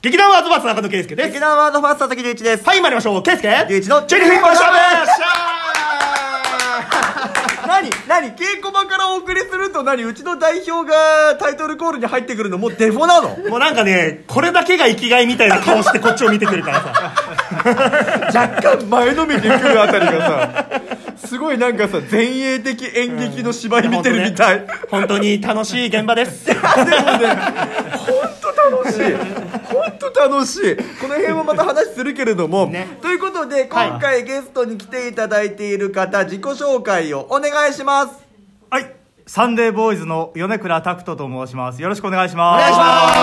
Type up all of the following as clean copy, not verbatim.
劇団ワードバーツ中野圭介です。 劇団ワードファースト佐々木隆一です。 はい、参りましょう。圭介隆一のチェリフィンコの勝負。 何稽古場からお送りするとうちの代表がタイトルコールに入ってくるのもうデフォなの？ もうなんかね、これだけが生きがいみたいな顔してこっちを見てくるからさ若干前のめりで来るあたりがさすごいなんかさ前衛的演劇の芝居見てるみたい、 本当に楽しい現場です。 でもね本当楽しいこの辺もまた話するけれども、ね、ということで今回ゲストに来ていただいている方、自己紹介をお願いします。 はい、サンデーボーイズの米倉拓人と申します。よろしくお願いします。 お願いし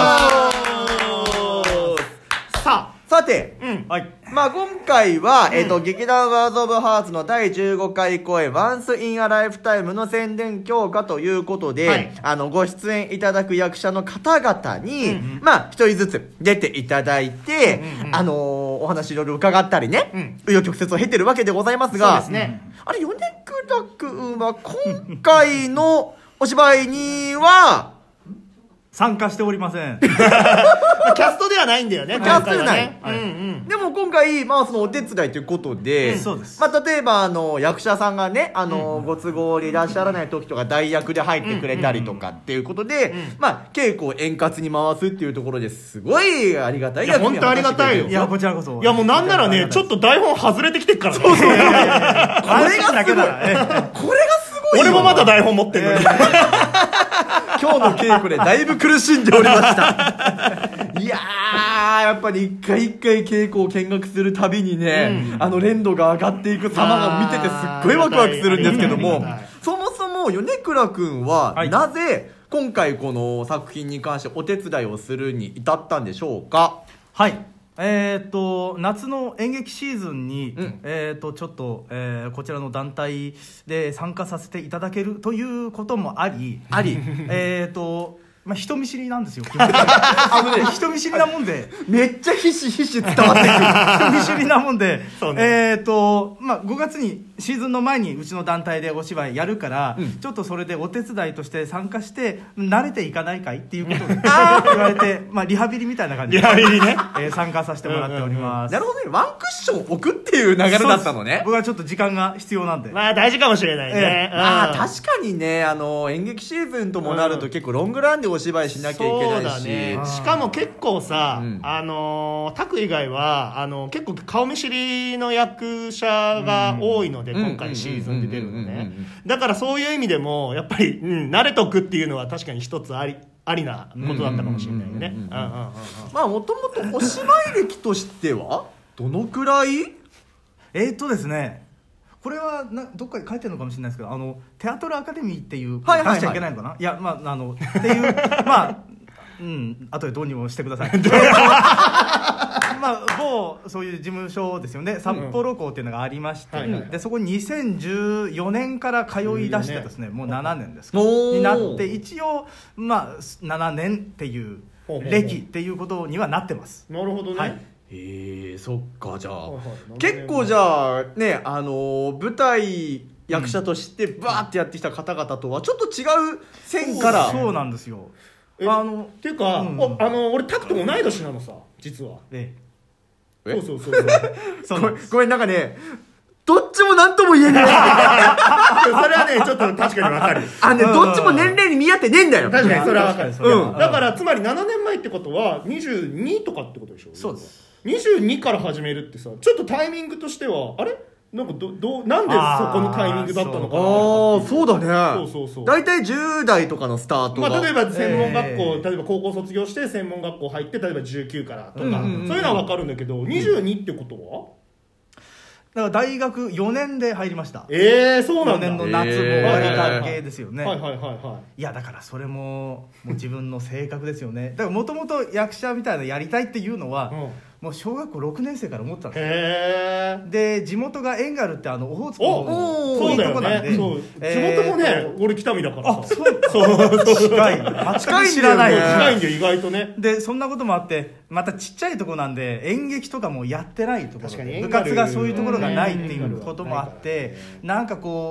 ます。さて、 はい、 今回は、劇団ワードオブハーツの第15回公演 Once in a Lifetime の宣伝強化ということで、ご出演いただく役者の方々に、一人ずつ出ていただいて、お話いろいろ伺ったりね、紆余曲折を経てるわけでございますが、 そうですね、 あれ米倉君は今回のお芝居には参加しておりません。 キャストではないんだよね。 キャストではない。でも今回、そのお手伝いということで、 そうです。 例えば役者さんがね、ご都合でいらっしゃらない時とか代役で入ってくれたりとかっていうことで、稽古を円滑に回すっていうところですごいありがたい。 いや本当ありがたいよ。 いやこちらこそ。 いやもうなんならね、ちょっと台本外れてきてっからね。 これがすごい。 俺もまだ台本持ってるのに。 今日の稽古でだいぶ苦しんでおりました。いやー、やっぱり一回一回稽古を見学するたびにね、連度が上がっていく様が見ててすっごいワクワクするんですけども、そもそも米倉くんはなぜ今回この作品に関してお手伝いをするに至ったんでしょうか？ はい、夏の演劇シーズンに、ちょっと、こちらの団体で参加させていただけるということもあり人見知りなんですよ。人見知りなもんでめっちゃひしひし伝わってくる。 人見知りなもんで、5月にシーズンの前にうちの団体でお芝居やるから、ちょっとそれでお手伝いとして参加して慣れていかないかいっていうことを言われて、リハビリみたいな感じで参加させてもらっております。 なるほどね。ワンクッション置くっていう流れだったのね。 僕はちょっと時間が必要なんで、 大事かもしれないね。 確かにね、演劇シーズンともなると結構ロングランでお芝居しなきゃいけないし、 ね、しかも結構さ、タク以外は結構顔見知りの役者が多いので、今回シーズンで出るのね。だからそういう意味でもやっぱり、慣れとくっていうのは確かに一つありなことだったかもしれないよね。 もともとお芝居歴としてはどのくらい？ ですね、これはどっかに書いてるのかもしれないですけど、テアトルアカデミーっていう出しちゃいけないのかな、いやっていう後でどうにもしてください。某そういう事務所ですよね、札幌校っていうのがありまして、でそこに2014年から通い出してですね、もう7年ですかになって、一応7年っていう歴っていうことにはなってます。 なるほどね。 そっか。じゃあ結構じゃあね、舞台役者としてバーってやってきた方々とはちょっと違う線から。 そうなんですよ。 っていうか、俺タクと同い年なのさ、実は。そうごめん、なんかね、どっちも何とも言えねえ。それはね、ちょっと確かに分かる。 どっちも年齢に見合ってねえんだよ。 確かにそれは分かる。だからつまり7年前ってことは22とかってことでしょ。 そうです。 22から始めるってさ、ちょっとタイミングとしてはなんかなんでそこのタイミングだったのかな。 そうだね。 そう大体10代とかのスタートが、 例えば専門学校、例えば高校卒業して専門学校入って、例えば19からとか、そういうのは分かるんだけど、22ってことはだから大学4年で入りました。 そうなんだ。 4年の夏も終わりかけですよね。 いやだからそれも自分の性格ですよね。だからもともと役者みたいなやりたいっていうのは、もう小学校6年生から思ってたんですよ。で地元がエンガルってオホーツクのそうだよね。地元もね、俺北見だからさ。近い知らない。 近いんだよ意外とね。 でそんなこともあって、またちっちゃいところなんで演劇とかもやってないところ、部活がそういうところがないっていうこともあって、なんかこう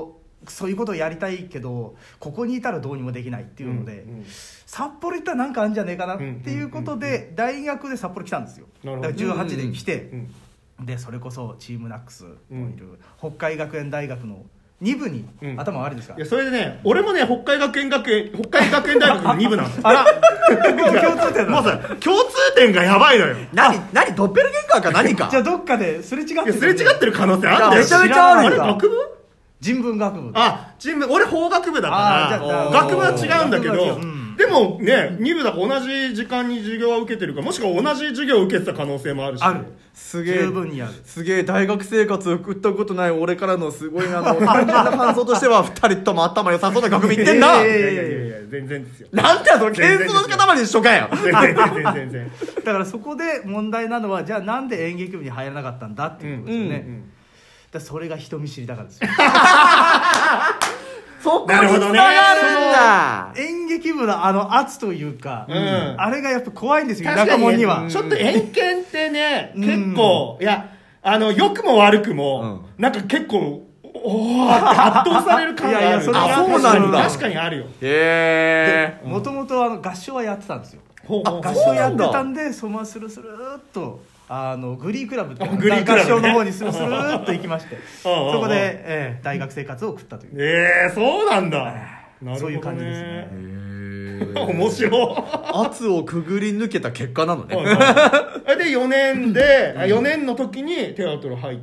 そういうことをやりたいけどここにいたらどうにもできないっていうので、札幌行ったらなんかあるんじゃねえかなっていうことで、大学で札幌来たんですよ。だから18で来て、でそれこそチームナックスもいる、北海学園大学の2部に頭悪いですか。 いやそれでね、俺もね北海学園大学の2部なんですよ。 あら共通点もうさ共通点がやばいのよ。 何ドッペルゲンガーか何か。 じゃあどっかですれ違ってる、 すれ違ってる可能性あるんだよ。 めちゃめちゃあるんだ。 あれ学部人文学部。 人文、俺法学部だから学部は違うんだけど、でもね2部だから同じ時間に授業は受けてるから、もしくは同じ授業を受けてた可能性もあるし。 ある。 すげえ十分にある。 すげえ大学生活を送ったことない俺からのすごい単純な感想としては2人とも頭良さそうな学部行ってんな。 いや全然ですよ。 なんだよその謙遜の仕方まで一緒かよ。 全然だからそこで問題なのは、じゃあなんで演劇部に入らなかったんだっていうことですよね。だからそれが人見知りだからですよ。 そこに繋がるんだ。 演劇部の圧というか、あれがやっぱ怖いんですよ、 田舎者には。 にちょっと偏見ってね、結構いや良くも悪くも、なんか結構おーって圧倒される感がある。 いやそれがそうなんだ。 確かにあるよ。 へえ。 もともと合唱はやってたんですよ。 合合唱やってたんで、そのままスルスルーっとグリークラブってグリークラブね合唱の方にスルスルーっと行きまして、そこで大学生活を送ったという。 そうなんだ。なるほどね。 そういう感じですね。 面白圧をくぐり抜けた結果なのね。 で4年の時にテアトル入って、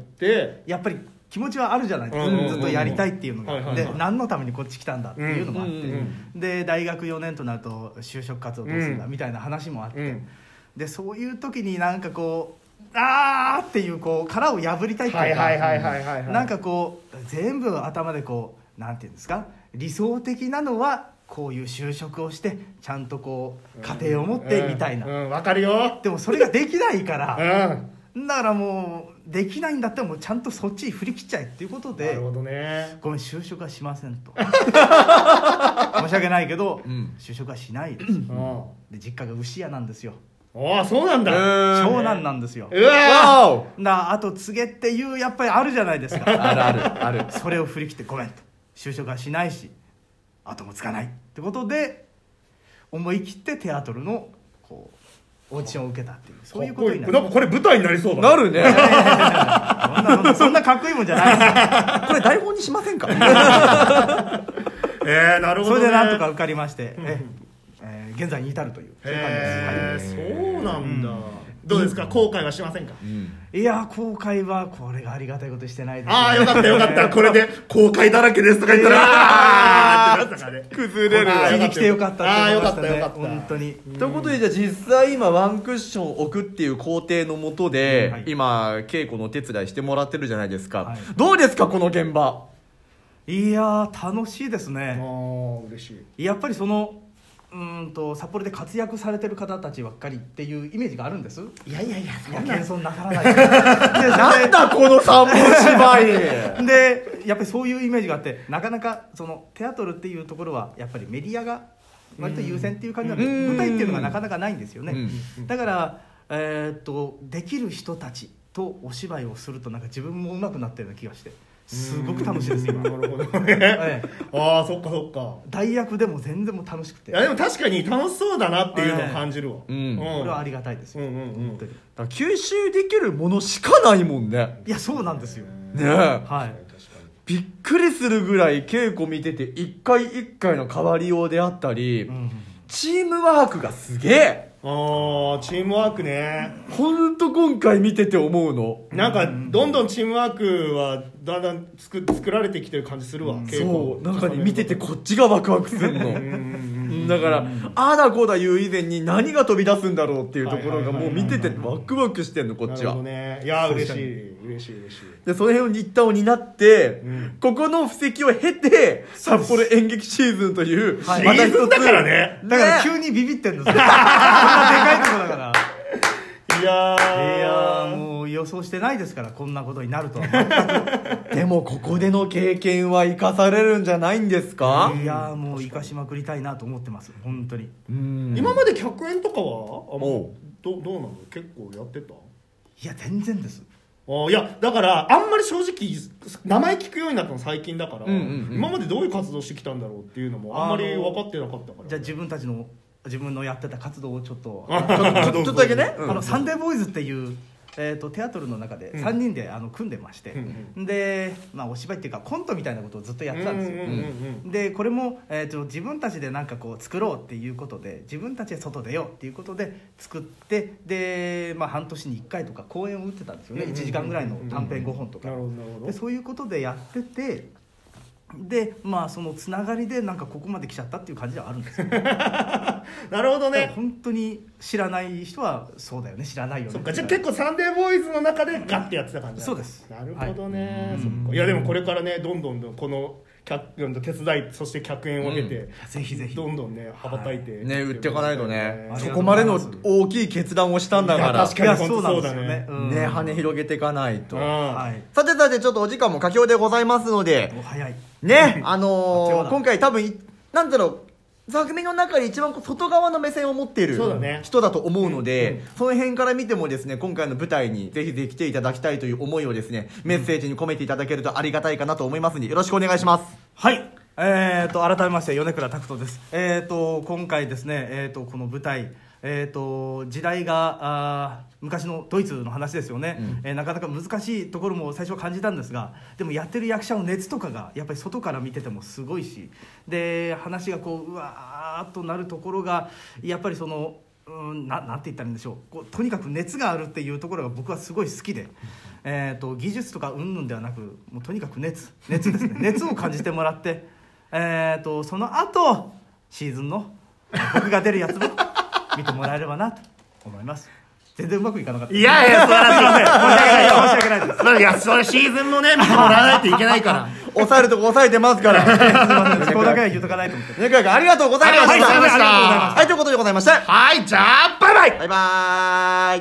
やっぱり気持ちはあるじゃないですか、ずっとやりたいっていうのが。で何のためにこっち来たんだっていうのもあって、で大学4年となると就職活動どうするんだみたいな話もあって、でそういう時になんかこうあーっていう殻を破りたいっていうか、なんかこう全部頭でこうなんていうんですか、理想的なのはこういう就職をしてちゃんとこう家庭を持ってみたいな。 わかるよ。 でもそれができないから、だからもうできないんだったらもうちゃんとそっちに振り切っちゃえっていうことで、 なるほどね。 ごめん就職はしませんと申し訳ないけど、就職はしないです。で実家が牛屋なんですよ。 ああそうなんだ。 長男なんですよ。 うわあと告げっていうやっぱりあるじゃないですか。 ある。 それを振り切ってごめんと、就職はしないし後もつかないってことで思い切ってテアトルのこうオーディションを受けたっていう、そういうことになる。 なんかこれ舞台になりそうだ。 なるね。 そんなかっこいいもんじゃないです。 これ台本にしませんか。 なるほどね。 それでなんとか受かりまして、現在に至るという、そういう感じです。 そうなんだ。どうですか、後悔はしませんか。 いや後悔はこれがありがたいことしてないです。 ああよかったこれで後悔だらけですとか言ったらってなったからね。 崩れる。 こっちに来てよかったって思いましたね。 よかった本当に。 ということで、じゃあ実際今ワンクッション置くっていう工程のもとで、今稽古のお手伝いしてもらってるじゃないですか。どうですかこの現場。 いや楽しいですね。 嬉しい。 やっぱり札幌で活躍されてる方たちばっかりっていうイメージがあるんです。 いや謙遜なさらないなんだこの三本芝居でやっぱりそういうイメージがあって、なかなかそのテアトルっていうところはやっぱりメディアが割と優先っていう感じなので、舞台っていうのがなかなかないんですよね。だからできる人たちとお芝居をするとなんか自分も上手くなったような気がしてすごく楽しいです今。 なるほどね。ああそっか代役でも全然も楽しくて。 いやでも確かに楽しそうだなっていうのを感じるわ。これはありがたいですよ。本当に。 だから吸収できるものしかないもんね。 いやそうなんですよね。びっくりするぐらい稽古見てて一回一回の変わりようであったり、チームワークがすげえ。 チームワークね。 ほんと今回見てて思うの、 なんかどんどんチームワークはだんだん作られてきてる感じするわ。 そうなんかね見ててこっちがワクワクするのだからああだこうだ言う以前に何が飛び出すんだろうっていうところがもう見ててワクワクしてんのこっちは。 いや嬉しい。 でその辺を一旦を担って、ここの布石を経て札幌演劇シーズンという、 また一つだからね。 だから急にビビってんですよ。こんなでかいとこだから。いやもう予想してないですからこんなことになるとは全く。 でもここでの経験は生かされるんじゃないんですか。 いやもう生かしまくりたいなと思ってます本当に。 今まで客演とかはどうなの、結構やってた。 いや全然です。 いやだからあんまり正直名前聞くようになったの最近だから、今までどういう活動してきたんだろうっていうのもあんまり分かってなかったから。 じゃあ自分のやってた活動をちょっとちょっとだけね、 サンデーボーイズっていうテアトルの中で3人で組んでまして、で、お芝居っていうかコントみたいなことをずっとやってたんですよ。でこれも、自分たちでなんかこう作ろうっていうことで自分たちで外出ようっていうことで作って、で、半年に1回とか公演を打ってたんですよね。1時間ぐらいの短編5本とかで、そういうことでやってて、でそのつながりでなんかここまで来ちゃったっていう感じではあるんですよ。 なるほどね。 本当に知らない人はそうだよね、知らないよね。 そっか、じゃあ結構サンデーボーイズの中でガッてやってた感じ。 そうです。 なるほどね、そっか。いやでもこれからねどんどんこの手伝いそして客演を経て、 ぜひぜひどんどんね羽ばたいてね売っていかないとね。そこまでの大きい決断をしたんだから、 確かに本当そうだね。 ね羽広げていかないと。さてちょっとお時間も佳境でございますので、 早いね今回多分なんだろう、作品の中で一番外側の目線を持っている人だと思うので、その辺から見てもですね、今回の舞台にぜひぜひ来ていただきたいという思いをですね、メッセージに込めていただけるとありがたいかなと思いますので、よろしくお願いします。 はい、改めまして米倉拓人です。今回ですね、この舞台、時代が昔のドイツの話ですよね。なかなか難しいところも最初は感じたんですが、でもやってる役者の熱とかがやっぱり外から見ててもすごいし、で話がうわーっとなるところがやっぱりそのなんて言ったらいいんでしょう、とにかく熱があるっていうところが僕はすごい好きで、技術とか云々ではなく、もうとにかく熱ですね。熱を感じてもらって、その後シーズンの僕が出るやつも見てもらえればなと思います。全然うまくいかなかった。 いや素晴らしい。 申し訳ないです。 いやそれシーズンもね見てもらわないといけないから。 抑えるとこ抑えてますから。 すいません。そこだけは言うとかないと思って。 ねかありがとうございました。 はい、 ということでございました。 はい、じゃあバイバイ。 バイバーイ。